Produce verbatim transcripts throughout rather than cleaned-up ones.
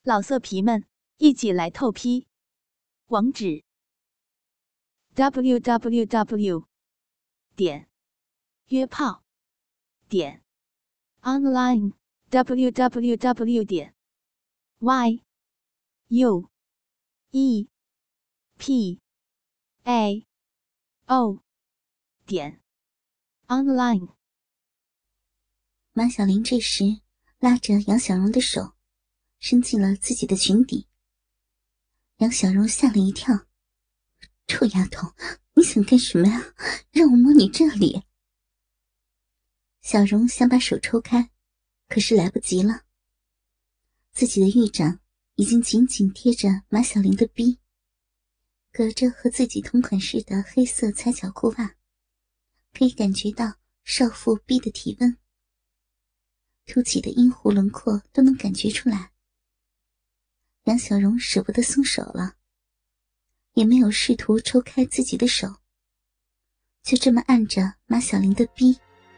老色皮们，一起来透批！网址 ：double u double u double u 点约炮点 online double u double u double u 点 y u e p a o 点 online。 马小玲这时拉着杨小荣的手伸进了自己的裙底。杨小荣吓了一跳，臭丫头，你想干什么呀？让我摸你这里。小荣想把手抽开，可是来不及了。自己的玉掌已经紧紧贴着马小玲的逼，隔着和自己同款式的黑色踩脚裤袜，可以感觉到少妇逼的体温，凸起的阴弧轮廓都能感觉出来。杨小荣舍不得松手了，也没有试图抽开自己的手，就这么按着马小玲的逼。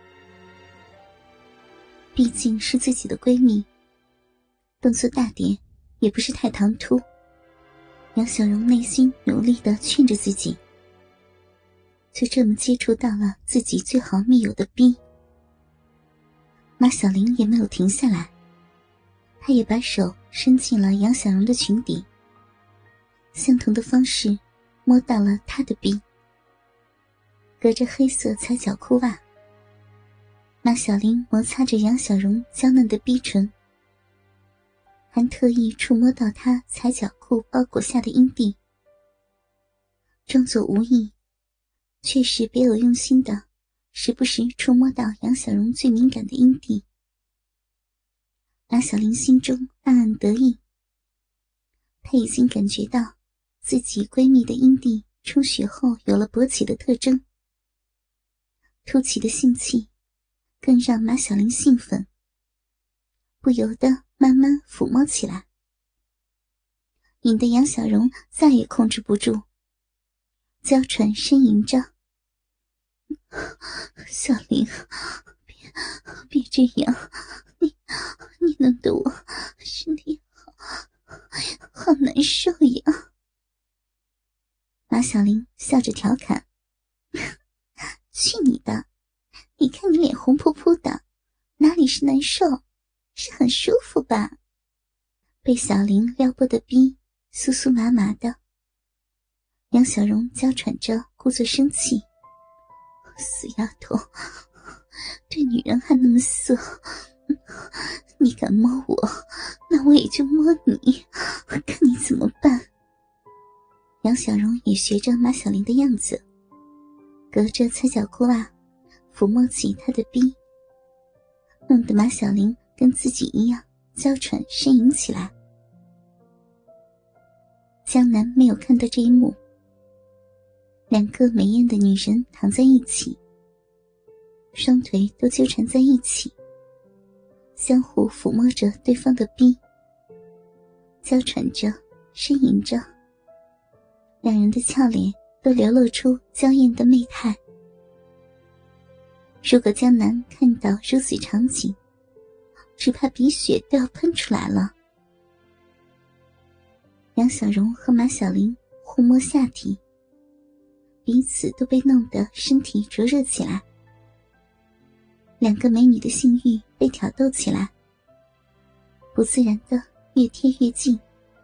毕竟是自己的闺蜜，动作大点也不是太唐突。杨小荣内心努力地劝着自己，就这么接触到了自己最好密友的逼。马小玲也没有停下来，她也把手伸进了杨小荣的裙底，相同的方式摸到了她的逼。隔着黑色踩脚裤袜，马小玲摩擦着杨小荣娇嫩的逼唇，还特意触摸到她踩脚裤包裹下的阴蒂，装作无意，却是别有用心的时不时触摸到杨小荣最敏感的阴蒂。马小玲心中暗暗得意，她已经感觉到自己闺蜜的阴蒂充血后有了勃起的特征，凸起的性器更让马小玲兴奋，不由得慢慢抚摸起来，引得杨小荣再也控制不住，娇喘呻吟着：小玲，别别这样，你你弄得我身体好好难受呀。马小玲笑着调侃：去你的，你看你脸红扑扑的，哪里是难受，是很舒服吧？被小玲撩拨的逼酥酥麻麻的，杨小荣娇喘着故作生气：死丫头，对女人还那么色，你敢摸我，那我也就摸你，看你怎么办。杨小荣也学着马小玲的样子，隔着踩脚裤袜抚摸起她的逼，弄得马小玲跟自己一样娇喘呻吟起来。江南没有看到这一幕，两个美艳的女人躺在一起，双腿都纠缠在一起，相互抚摸着对方的逼，娇喘着呻吟着，两人的俏脸都流露出娇艳的媚态。如果江南看到如此场景，只怕鼻血都要喷出来了。杨小荣和马小玲互摸下体，彼此都被弄得身体灼热起来，两个美女的性欲被挑逗起来，不自然的越贴越近。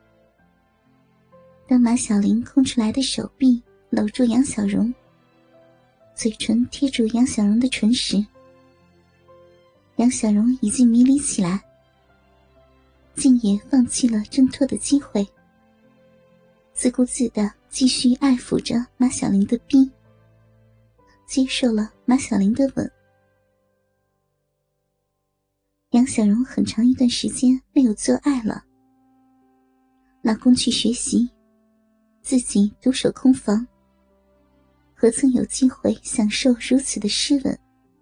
当马小玲空出来的手臂搂住杨小荣，嘴唇贴住杨小荣的唇时，杨小荣已经迷离起来，竟也放弃了挣脱的机会，自顾自地继续爱抚着马小玲的逼，接受了马小玲的吻。杨小荣很长一段时间没有做爱了，老公去学习，自己独守空房，何曾有机会享受如此的湿吻。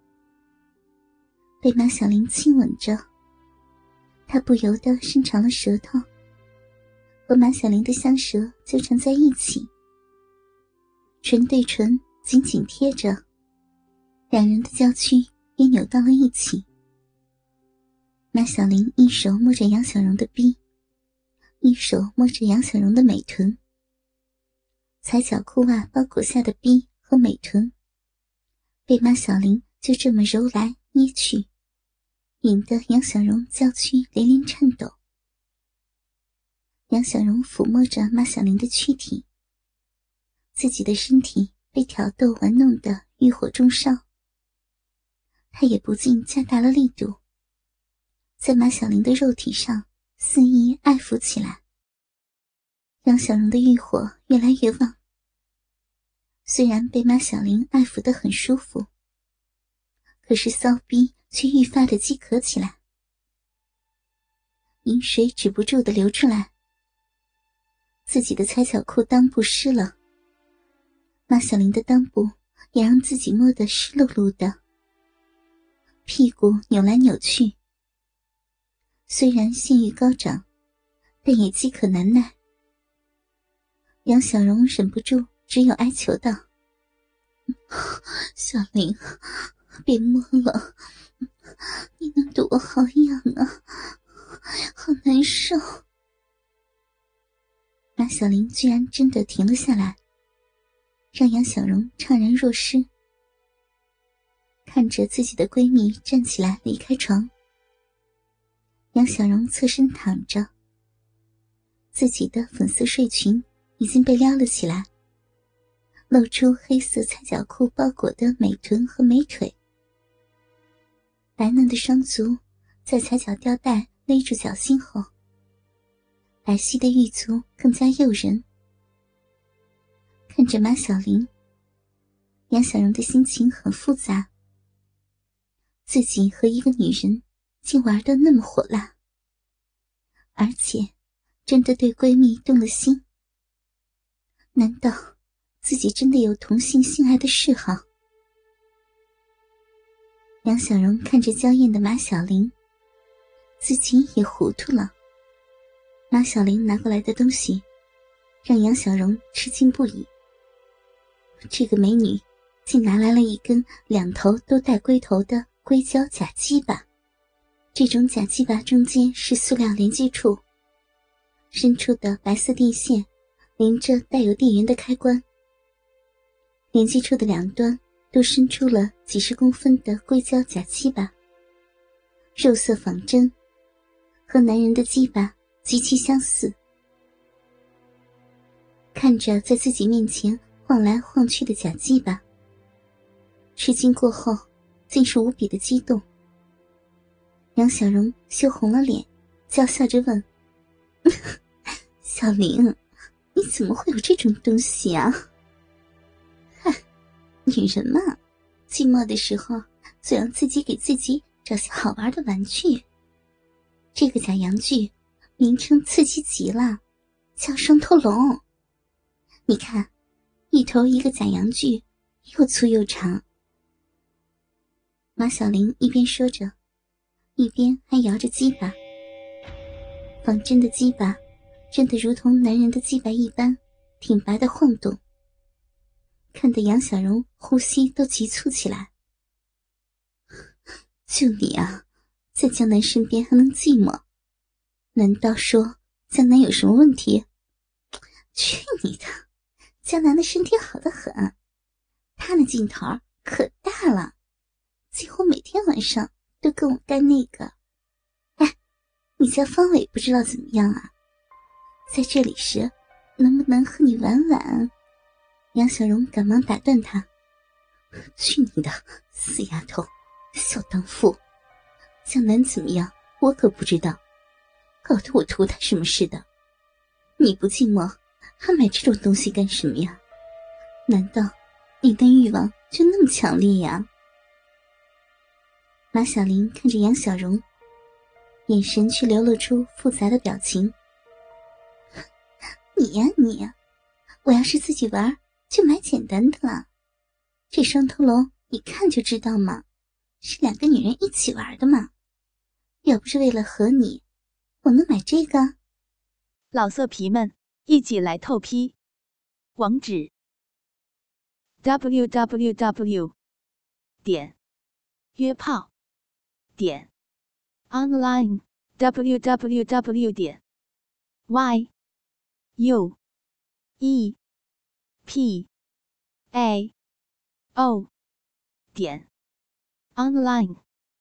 被马小玲亲吻着，她不由得伸长了舌头，和马小玲的香舌纠缠在一起，唇对唇紧紧贴着，两人的娇躯也扭到了一起。马小玲一手摸着杨小荣的逼， 一手摸着杨小荣的美臀，踩脚裤袜包裹下的逼和美臀被马小玲就这么揉来捏去，引得杨小荣娇躯连连颤抖。杨小荣抚摸着马小玲的躯体，自己的身体被挑逗玩弄得欲火中烧，他也不禁加大了力度，在马小玲的肉体上肆意爱抚起来。杨小荣的欲火越来越旺，虽然被马小玲爱抚得很舒服，可是骚逼却愈发的饥渴起来，饮水止不住地流出来，自己的踩脚裤裆部湿了，马小玲的裆部也让自己摸得湿漉漉的，屁股扭来扭去，虽然性欲高涨，但也饥渴难耐。杨小荣忍不住只有哀求道：小玲，别摸了，你能躲我好痒啊，好难受。马小玲居然真的停了下来，让杨小荣怅然若失。看着自己的闺蜜站起来离开床，杨小荣侧身躺着，自己的粉色睡裙已经被撩了起来，露出黑色踩脚裤包裹的美臀和美腿，白嫩的双足在踩脚吊带勒住脚心后，白皙的玉足更加诱人。看着马小玲，杨小荣的心情很复杂，自己和一个女人竟玩得那么火辣，而且真的对闺蜜动了心。难道自己真的有同性性爱的嗜好？杨小荣看着娇艳的马小玲，自己也糊涂了。马小玲拿过来的东西让杨小荣吃惊不已，这个美女竟拿来了一根两头都带龟头的硅胶假鸡巴，这种假鸡巴中间是塑料连接处，伸出的白色电线连着带有电源的开关，连接处的两端都伸出了几十公分的硅胶假鸡巴，肉色仿真，和男人的鸡巴极其相似。看着在自己面前晃来晃去的假鸡巴，吃惊过后竟是无比的激动。杨小荣羞红了脸，娇笑着问：小玲，你怎么会有这种东西啊？嗨，女人嘛，寂寞的时候总要自己给自己找些好玩的玩具。这个假阳具名称刺激极了，叫双头龙。你看，一头一个假阳具，又粗又长。马小玲一边说着，一边还摇着鸡巴。仿真的鸡巴真的如同男人的鸡巴一般挺拔的晃动，看得杨小荣呼吸都急促起来。就你啊，在江南身边还能寂寞？难道说江南有什么问题？去你的！江南的身体好得很，他那劲头可大了，几乎每天晚上都跟我干那个。哎，你家方伟不知道怎么样啊？在这里时能不能和你玩玩？杨小荣赶忙打断他：去你的，死丫头，小荡妇！江南怎么样我可不知道，搞得我图他什么似的。你不寂寞还买这种东西干什么呀？难道你的欲望就那么强烈呀？马小玲看着杨小荣，眼神却流露出复杂的表情。你呀你呀，我要是自己玩就买简单的了，这双头龙一看就知道嘛，是两个女人一起玩的嘛。要不是为了和你，我能买这个？ 老色皮们，一起来透批！网址 ：double u double u double u 点约炮点 online w w w 点 y u e p a o 点 online。